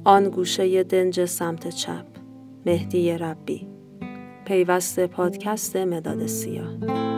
آن گوشه دنج سمت چپ. مهدی ربی. پیوست پادکست مداد سیاه.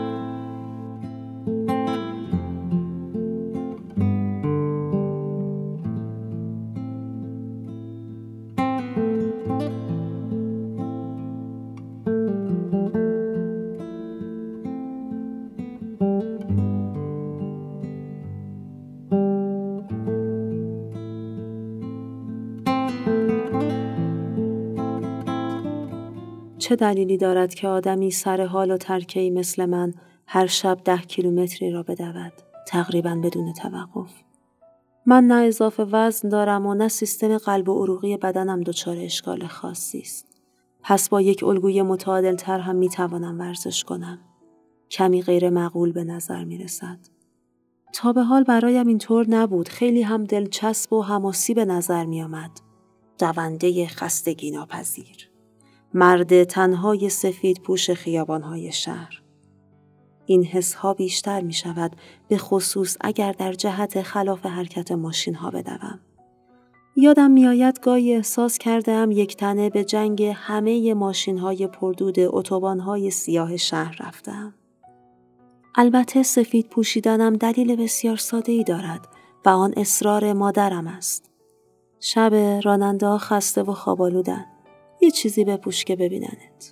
چه دلیلی دارد که آدمی سر حال و ترکه‌ای مثل من هر شب 10 کیلومتری را بدود، تقریباً بدون توقف؟ من نه اضافه وزن دارم و نه سیستم قلب و عروقی بدنم دچار اشکال خاصی است. پس با یک الگوی متعادل تر هم می توانم ورزش کنم. کمی غیر معقول به نظر می رسد. تا به حال برایم اینطور نبود. خیلی هم دلچسب و حماسی به نظر می آمد. دونده خستگی ناپذیر. مرد تنهای سفید پوش خیابانهای شهر. این حسها بیشتر می شود، به خصوص اگر در جهت خلاف حرکت ماشین ها بدوم. یادم می آید گاهی احساس کردم یک تنه به جنگ همه ماشین های پردود اتوبان های سیاه شهر رفتم. البته سفید پوشیدنم دلیل بسیار ساده‌ای دارد و آن اصرار مادرم است. شب راننده ها خسته و خوابالودن. یه چیزی بپوش که ببیننت.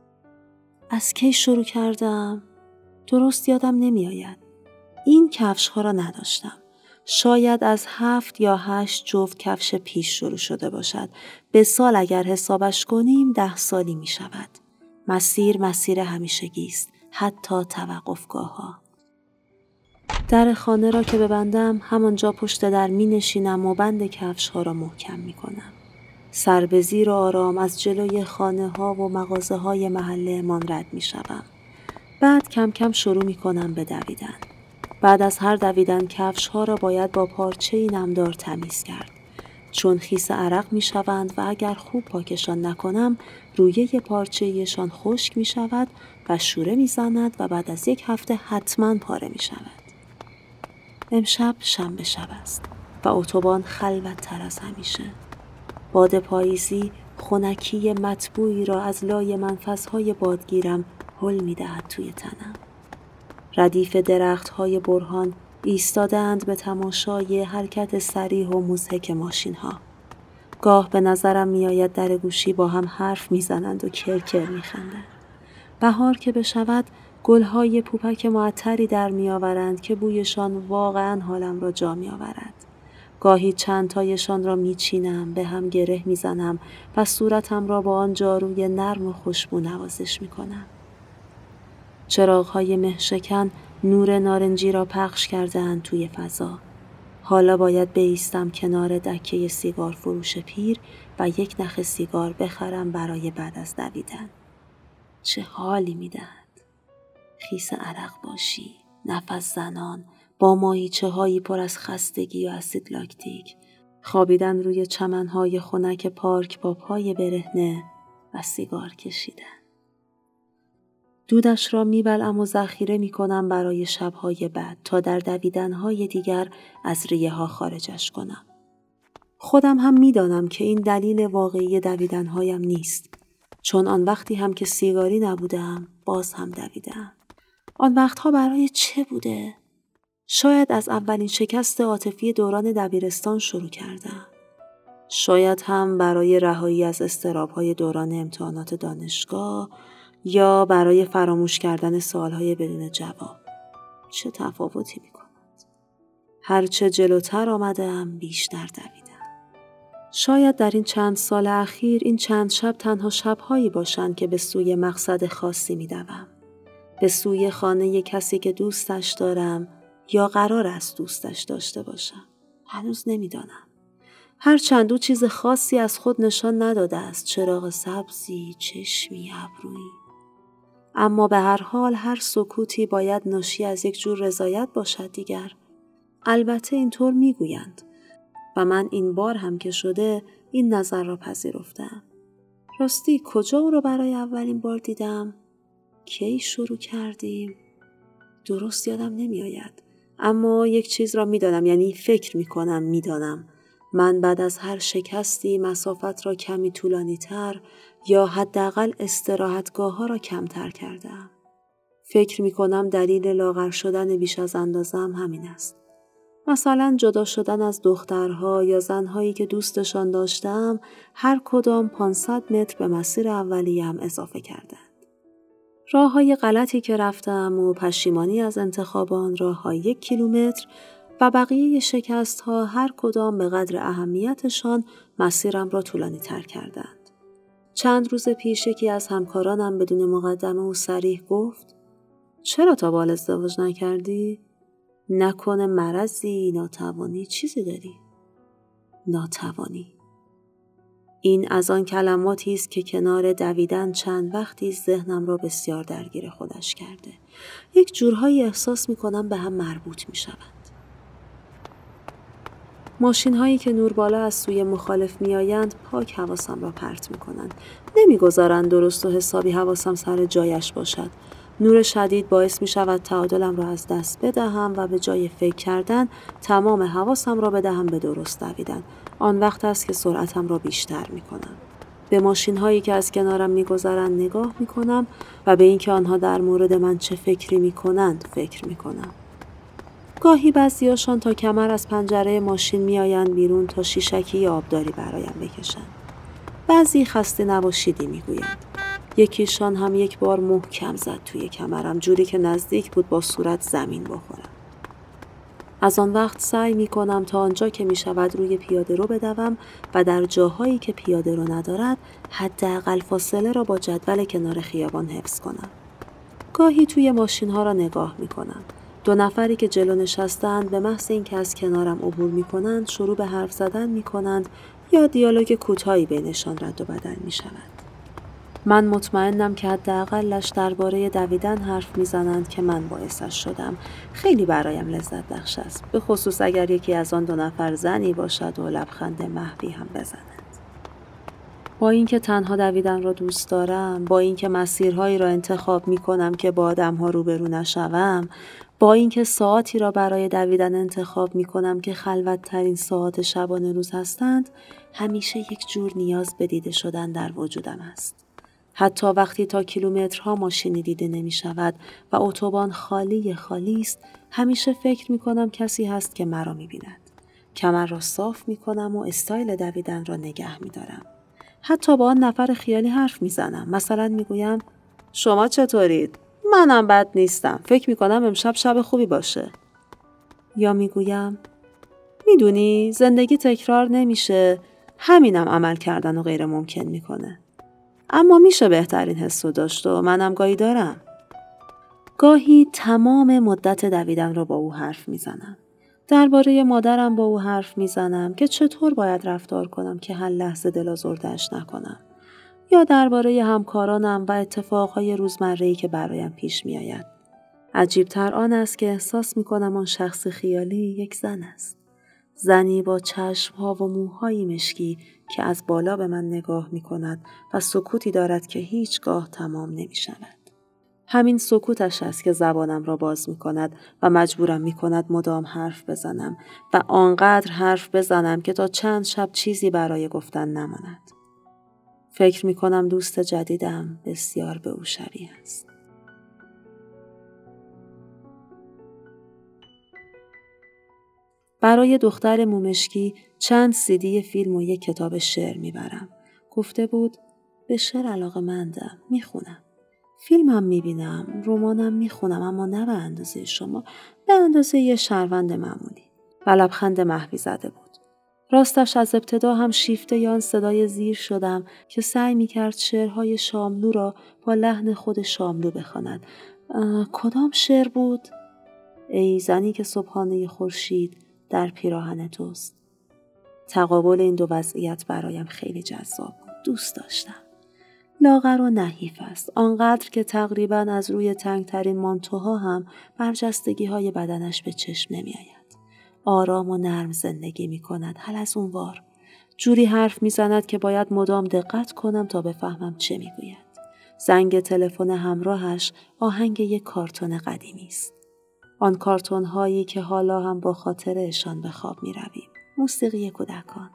از کی شروع کردم؟ درست یادم نمی آید. این کفش ها را نداشتم. شاید از 7 یا 8 جفت کفش پیش شروع شده باشد. به سال اگر حسابش کنیم 10 سالی می شود. مسیر همیشگی است. حتی توقفگاه ها. در خانه را که ببندم همانجا پشت در می نشینم و بند کفش ها را محکم می کنم. سر به زیر و آرام از جلوی خانه ها و مغازه های محله من رد می شدم. بعد کم کم شروع می کنم به دویدن. بعد از هر دویدن کفش ها را باید با پارچه‌ای نمدار تمیز کرد. چون خیس عرق می شوند و اگر خوب پاکشان نکنم رویه پارچه‌ایشان خشک می شود و شوره می زند و بعد از 1 هفته حتما پاره می شود. امشب شنبه شب است و اتوبان خلوت تر از همیشه. باد پاییزی خنکی مطبوعی را از لای منفذهای بادگیرم هل می دهد توی تنم. ردیف درختهای برهان ایستادند به تماشای حرکت سریع و مضحک ماشین ها. گاه به نظرم می آید در گوشی با هم حرف می زنند و کرکر می خندند. بهار که بشود گلهای پوپک معطری در می آورند که بویشان واقعا حالم را جا می آورد. گاهی چند تایشان را می چینم، به هم گره می زنم و صورتم را با آن جاروی نرم و خوشبو نوازش می کنم. چراغ‌های مه‌شکن نور نارنجی را پخش کرده‌اند توی فضا. حالا باید بایستم کنار دکه سیگار فروش پیر و 1 نخ سیگار بخرم برای بعد از دویدن. چه حالی می‌دهد. خیس عرق باشی، نفس زنان، با ماهیچه‌هایی پر از خستگی و اسید لاکتیک، خوابیدن روی چمن‌های خنک پارک با پای برهنه و سیگار کشیدن. دودش را میبلعم و ذخیره میکنم برای شب‌های بعد تا در دویدن‌های دیگر از ریه ها خارجش کنم. خودم هم میدانم که این دلیل واقعی دویدن‌هایم نیست. چون آن وقتی هم که سیگاری نبودم باز هم دویدم. آن وقتها برای چه بوده؟ شاید از اولین شکست عاطفی دوران دبیرستان شروع کردم. شاید هم برای رهایی از اضطراب‌های دوران امتحانات دانشگاه یا برای فراموش کردن سوال‌های بدون جواب. چه تفاوتی می‌کند؟ هرچه جلوتر آمدم بیشتر دویدم. شاید در این چند سال اخیر این چند شب تنها شب‌هایی باشند که به سوی مقصد خاصی می‌دوم. به سوی خانه کسی که دوستش دارم یا قرار است دوستش داشته باشم. هنوز نمی‌دانم. هر چند او چیز خاصی از خود نشان نداده است. چراغ سبزی، چشمی، ابرویی. اما به هر حال هر سکوتی باید ناشی از یک جور رضایت باشد دیگر. البته اینطور میگویند و من این بار هم که شده این نظر را پذیرفتم. راستی کجا او را برای اولین بار دیدم؟ کی شروع کردیم؟ درست یادم نمی آید. اما یک چیز را میدانم، یعنی فکر میکنم میدانم. من بعد از هر شکستی مسافت را کمی طولانی تر یا حداقل استراحتگاه ها را کمتر کردم. فکر می کنم دلیل لاغر شدن بیش از اندازم همین است. مثلا جدا شدن از دخترها یا زنهایی که دوستشان داشتم هر کدام 500 متر به مسیر اولیه‌ام اضافه کردند. راههای غلطی که رفتم و پشیمانی از انتخاب آن راهها 1 کیلومتر و بقیه شکست‌ها هر کدام به قدر اهمیتشان مسیرم را طولانی تر کردند. چند روز پیش یکی از همکارانم بدون مقدمه و صریح گفت: چرا تا به حال ازدواج نکردی؟ نکنه مرضی، ناتوانی چیزی داری؟ ناتوانی. این از آن کلماتی است که کنار دویدن چند وقتی ذهنم را بسیار درگیر خودش کرده. یک جورهایی احساس می کنم به هم مربوط می شوند. ماشین هایی که نور بالا از سوی مخالف می آیند پاک حواسم را پرت می کنند. نمی گذارند درست و حسابی حواسم سر جایش باشد. نور شدید باعث می شود تعادلم را از دست بدهم و به جای فکر کردن تمام حواسم را بدهم به درست دویدن. آن وقت است که سرعتم را بیشتر می کنم. به ماشین هایی که از کنارم می گذرند نگاه می کنم و به اینکه آنها در مورد من چه فکری می کنند فکر می کنم. گاهی بعضیاشان تا کمر از پنجره ماشین می آیند بیرون تا شیشکی آبداری برایم بکشند. بعضی خسته نباشیدی می گویند. یکیشان هم یک بار محکم زد توی کمرم جوری که نزدیک بود با صورت زمین بخورم. از آن وقت سعی می کنم تا آنجا که می شود روی پیاده رو بدوم و در جاهایی که پیاده رو ندارد حداقل فاصله را با جدول کنار خیابان حفظ کنم. گاهی توی ماشین ها را نگاه می کنم. 2 نفری که جلو نشستند به محض اینکه از کنارم عبور می کنند شروع به حرف زدن می کنند یا دیالوگ کوتاهی بینشان رد و بدل می شود. من مطمئنم که حداقلش درباره دویدن حرف میزنند که من باعثش شدم. خیلی برایم لذت بخش است، به خصوص اگر یکی از آن 2 نفر زنی باشد و لبخند محوی هم بزند. با اینکه تنها دویدن را دوست دارم، با اینکه مسیرهایی را انتخاب میکنم که با آدم‌ها روبرو نشوم، با اینکه ساعاتی را برای دویدن انتخاب میکنم که خلوت‌ترین ساعات شبانه روز هستند، همیشه یک جور نیاز به دیده شدن در وجودم است. حتی وقتی تا کیلومترها ماشینی دیده نمی شود و اتوبان خالی است، همیشه فکر می کنم کسی هست که مرا می بیند. کمر را صاف می کنم و استایل دویدن را نگه می دارم. حتی با آن نفر خیالی حرف می زنم. مثلا می گویم: شما چطورید؟ منم بد نیستم. فکر می کنم امشب شب خوبی باشه. یا می گویم: میدونی زندگی تکرار نمیشه. همینم عمل کردن و غیر ممکن می کنه. اما میشه بهترین حس رو داشت و منم گاهی دارم. گاهی تمام مدت دویدن رو با او حرف میزنم. درباره مادرم با او حرف میزنم که چطور باید رفتار کنم که هر لحظه دل‌آزرده‌اش نکنم. یا درباره همکارانم و اتفاقهای روزمره‌ای که برایم پیش میآید. عجیب‌تر آن است که احساس میکنم آن شخص خیالی یک زن است. زنی با چشم‌ها و موهای مشکی که از بالا به من نگاه می‌کند و سکوتی دارد که هیچگاه تمام نمی‌شود. همین سکوتش است که زبانم را باز می‌کند و مجبورم می‌کند مدام حرف بزنم و آنقدر حرف بزنم که تا چند شب چیزی برای گفتن نماند. فکر می‌کنم دوست جدیدم بسیار به او شبیه است. برای دختر مومشکی چند CD فیلم و یک کتاب شعر میبرم. گفته بود به شعر علاقه‌مندم، میخونم. فیلم هم میبینم، رمانم میخونم، اما نه به اندازه شما، به اندازه یه شهروند معمولی. و لبخند محوی زده بود. راستش از ابتدا هم شیفته یا آن صدای زیر شدم که سعی میکرد شعرهای شاملو را با لحن خود شاملو بخواند. کدام شعر بود؟ ای زنی که صبحانه خورشید در پیراهن توست. تقابل این 2 وضعیت برایم خیلی جذاب بود. دوست داشتم. لاغر و نحیف است. آنقدر که تقریباً از روی تنگترین مانتوها هم برجستگی‌های بدنش به چشم نمی آید. آرام و نرم زندگی می کند. حلزونوار. جوری حرف می زند که باید مدام دقت کنم تا بفهمم چه می گوید. زنگ تلفن همراهش آهنگ یک کارتون قدیمی است. آن کارتون هایی که حالا هم با خاطرشان به خواب می رویم. موسیقی کودکان.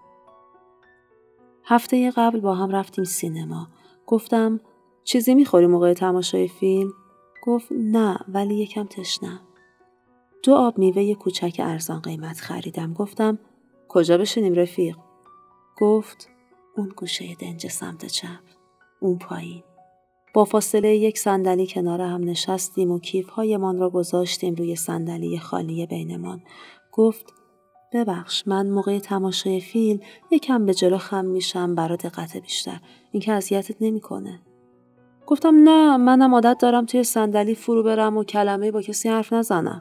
هفته قبل با هم رفتیم سینما. گفتم چیزی میخوری موقع تماشای فیلم؟ گفت نه ولی یکم تشنم. 2 آب میوه کوچک ارزان قیمت خریدم. گفتم کجا بشینیم رفیق؟ گفت اون گوشه دنج سمت چپ. اون پایین. با فاصله 1 صندلی کنار هم نشستیم و کیف‌هایمان را گذاشتیم روی صندلی خالی بینمان. گفت ببخش من موقع تماشای فیلم یکم به جلو خم میشم برای دقت بیشتر. این که اذیتت نمی‌کنه. گفتم نه منم عادت دارم توی صندلی فرو برم و کلمه با کسی حرف نزنم.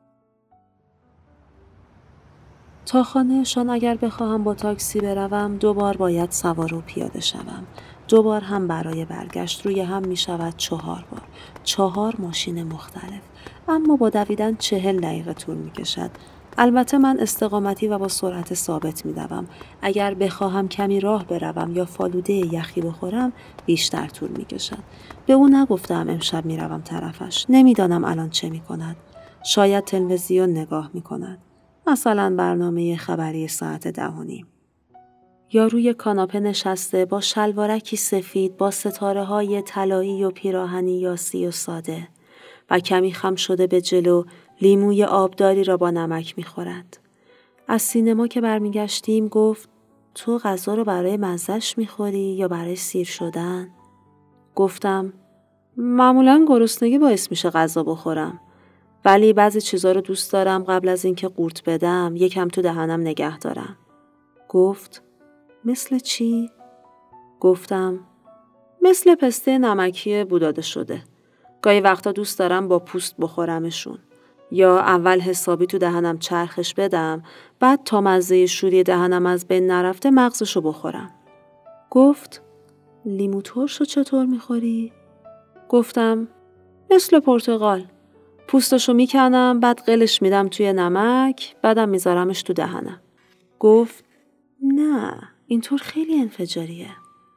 تا خانه‌شان اگر بخواهم با تاکسی بروم 2 بار باید سوار و پیاده شوم. 2 بار هم برای برگشت روی هم می شود 4 بار. 4 ماشین مختلف. اما با دویدن 40 دقیقه طول می کشد. البته من استقامتی و با سرعت ثابت می دوم. اگر بخواهم کمی راه بروم یا فالوده یخی بخورم بیشتر طول می کشد. به او نگفتم امشب می روم طرفش. نمیدانم الان چه می کند. شاید تلویزیون نگاه می کند. مثلا برنامه خبری ساعت 10:30. یا روی کاناپه نشسته با شلوارکی سفید با ستاره‌های طلایی و پیراهنی یاسی و ساده و کمی خم شده به جلو لیموی آبداری را با نمک می‌خورد. از سینما که برمیگشتیم گفت تو غذا رو برای مزه‌ش می‌خوری یا برای سیر شدن؟ گفتم معمولاً گرسنگی باعث میشه غذا بخورم. ولی بعضی چیزا رو دوست دارم قبل از اینکه قورت بدم یکم تو دهنم نگه دارم. گفت مثل چی؟ گفتم مثل پسته نمکی بوداده شده. گاهی وقتا دوست دارم با پوست بخورمشون. یا اول حسابی تو دهنم چرخش بدم بعد تا مزه شوری دهنم از بین نرفته مغزشو بخورم. گفت لیمو ترشو چطور میخوری؟ گفتم مثل پرتقال. پوستشو میکنم بعد قلش میدم توی نمک بعدم میذارمش تو دهنم. گفت نه اینطور خیلی انفجاریه.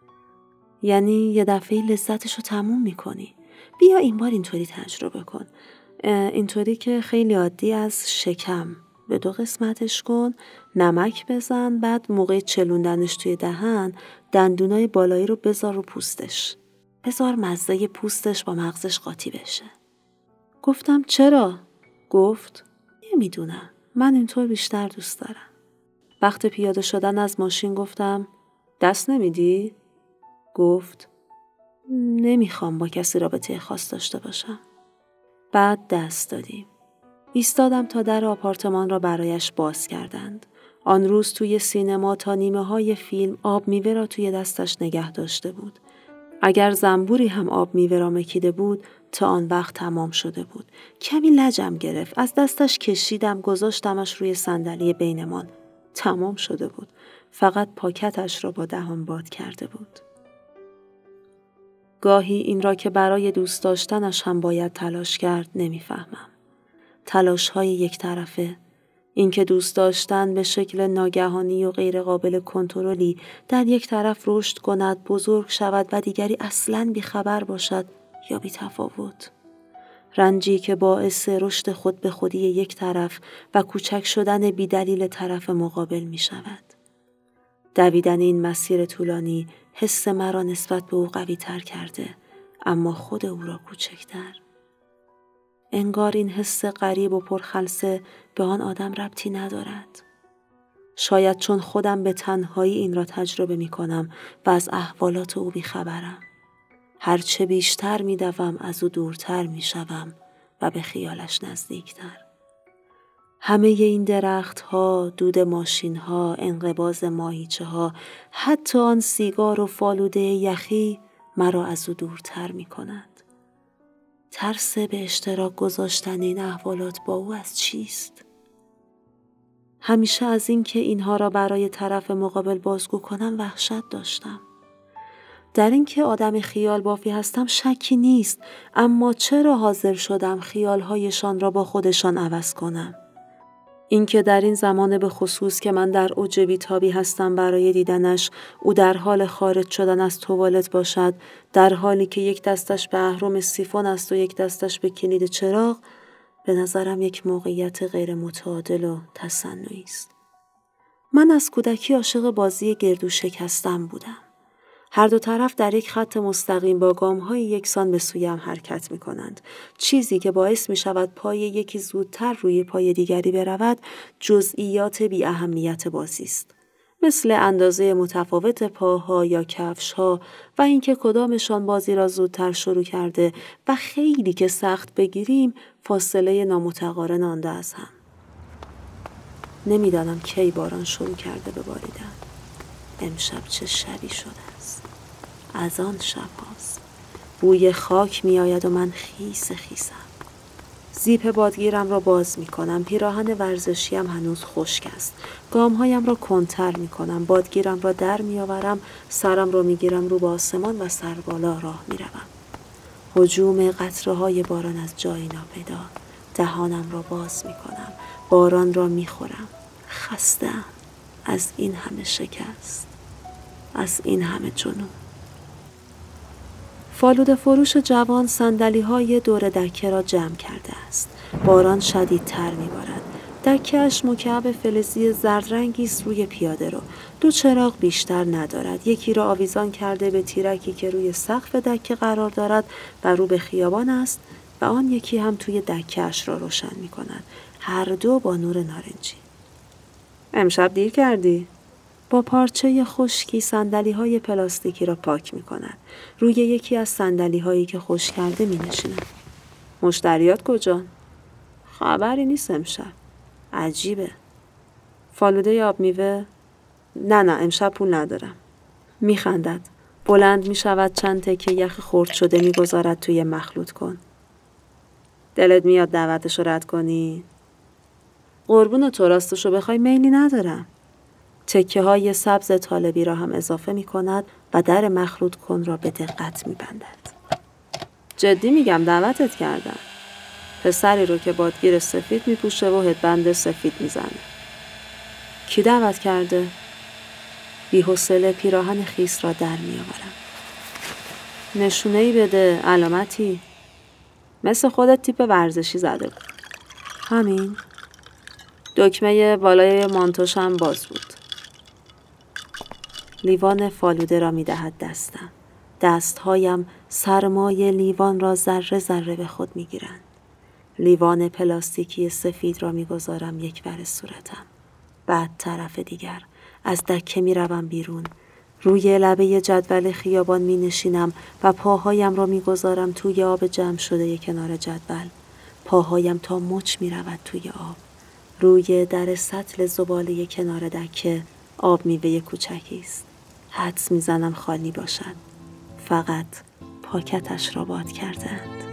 یعنی یه دفعه لذتشو تموم میکنی. بیا این بار اینطوری تجربه کن. اینطوری که خیلی عادی از شکم به 2 قسمتش کن، نمک بزن، بعد موقع چلوندنش توی دهن دندونای بالایی رو بذار رو پوستش. بذار مزه پوستش با مغزش قاطی بشه. گفتم چرا؟ گفت نمیدونم. من اینطور بیشتر دوست دارم. وقت پیاده شدن از ماشین گفتم دست نمیدی؟ گفت نمیخوام با کسی رابطه خاص داشته باشم. بعد دست دادیم. ایستادم تا در آپارتمان را برایش باز کردند. آن روز توی سینما تا نیمه های فیلم آب میوه را توی دستش نگه داشته بود. اگر زنبوری هم آب میوه را مکیده بود تا آن وقت تمام شده بود. کمی لجم گرفت. از دستش کشیدم گذاشتمش روی صندلی بینمان. تمام شده بود. فقط پاکتش را با دهان باد کرده بود. گاهی این را که برای دوست داشتنش هم باید تلاش کرد نمیفهمم. تلاش‌های یک طرفه. این که دوست داشتن به شکل ناگهانی و غیر قابل کنترلی در یک طرف رشد کند، بزرگ شود و دیگری اصلاً بیخبر باشد یا بی تفاوت. رنجی که باعث رشد خود به خودی یک طرف و کوچک شدن بی دلیل طرف مقابل می شود. دویدن این مسیر طولانی حس مرا نسبت به او قوی تر کرده، اما خود او را کوچکتر. انگار این حس غریب و پرخلسه به آن آدم ربطی ندارد. شاید چون خودم به تنهایی این را تجربه می کنم و از احوالات او بیخبرم. هرچه بیشتر می دوم از او دورتر می شوم و به خیالش نزدیکتر. همه این درخت ها، دود ماشین ها، انقباض ماهیچه ها، حتی آن سیگار و فالوده یخی مرا از او دورتر می کند. ترس به اشتراک گذاشتن این احوالات با او از چیست؟ همیشه از این که اینها را برای طرف مقابل بازگو کنم وحشت داشتم. در این که آدم خیال بافی هستم شکی نیست، اما چرا حاضر شدم خیالهایشان را با خودشان عوض کنم؟ اینکه در این زمان به خصوص که من در اوج بی‌تابی هستم برای دیدنش، او در حال خارج شدن از توالت باشد، در حالی که یک دستش به اهرم سیفون است و یک دستش به کلید چراغ، به نظرم یک موقعیت غیر متعادل و تصنعی است. من از کودکی عاشق بازی گردو شکستن بودم. هر دو طرف در یک خط مستقیم با گام‌های یکسان به سوی هم حرکت می‌کنند. چیزی که باعث می‌شود پای یکی زودتر روی پای دیگری برود، جزئیات بی اهمیت بازی است. مثل اندازه متفاوت پاها یا کفش‌ها و اینکه کدامشان بازی را زودتر شروع کرده و خیلی که سخت بگیریم فاصله نامتقارن آنده از هم. نمیدانم کی باران شروع کرده به باریدن. امشب چه شبی شده است. از آن شب هاست. بوی خاک می آید و من خیس خیسم. زیپ بادگیرم را باز می کنم. پیراهن ورزشیم هنوز خشک است. گامهایم را کنتر می کنم. بادگیرم را در می آورم. سرم را می گیرم رو به آسمان و سربالا راه می روم. هجوم قطره های باران از جایی ناپیدا. دهانم را باز می کنم. باران را می خورم. خسته‌ام از این همه شکست. از این همه جنون. فالوده فروش جوان صندلی‌های دور دکه را جمع کرده است. باران شدیدتر می‌بارد. دکه‌اش مکعب فلزی زرد رنگی است روی پیاده رو. 2 چراغ بیشتر ندارد. یکی را آویزان کرده به تیرکی که روی سقف دکه قرار دارد و رو به خیابان است و آن یکی هم توی دکه‌اش را روشن می‌کند. هر دو با نور نارنجی. امشب دیر کردی؟ با پارچه خشکی صندلی‌های پلاستیکی را پاک می‌کند. روی یکی از صندلی‌هایی که خشک کرده می‌نشیند. مشتریات کجا؟ خبری نیست امشب. عجیبه. فالوده آب میوه؟ نه امشب پول ندارم. میخندد. بلند میشود چند تکه یخ خرد شده میگذارد توی مخلوط کن. دلت میاد دعوتشو رد کنی؟ قربون تو راستشو بخوای میلی ندارم. تکه های سبز طالبی را هم اضافه می کند و در مخلوط کن را به دقت می بندد. جدی میگم دعوتت کردم. پسری رو که بادگیر سفید می پوشه و هدبند سفید می زنه. کی دعوت کرده؟ بی‌حوصله پیراهن خیس را در می آورم. نشونه‌ای بده، علامتی. مثل خودت تیپ ورزشی زده بود. همین. دکمه بالای مانتوشم باز بود. لیوان فالوده را می دهد دستم. دستهایم سرمای لیوان را ذره ذره به خود می گیرند. لیوان پلاستیکی سفید را می گذارم یک ور صورتم. بعد طرف دیگر. از دکه می روم بیرون. روی لبه جدول خیابان می نشینم و پاهایم را می گذارم توی آب جمع شده کنار جدول. پاهایم تا مچ می رود توی آب. روی در سطل زباله کنار دکه آب میوه کوچکی است. حدس میزنم خالی باشد. فقط پاکتش را باد کردند.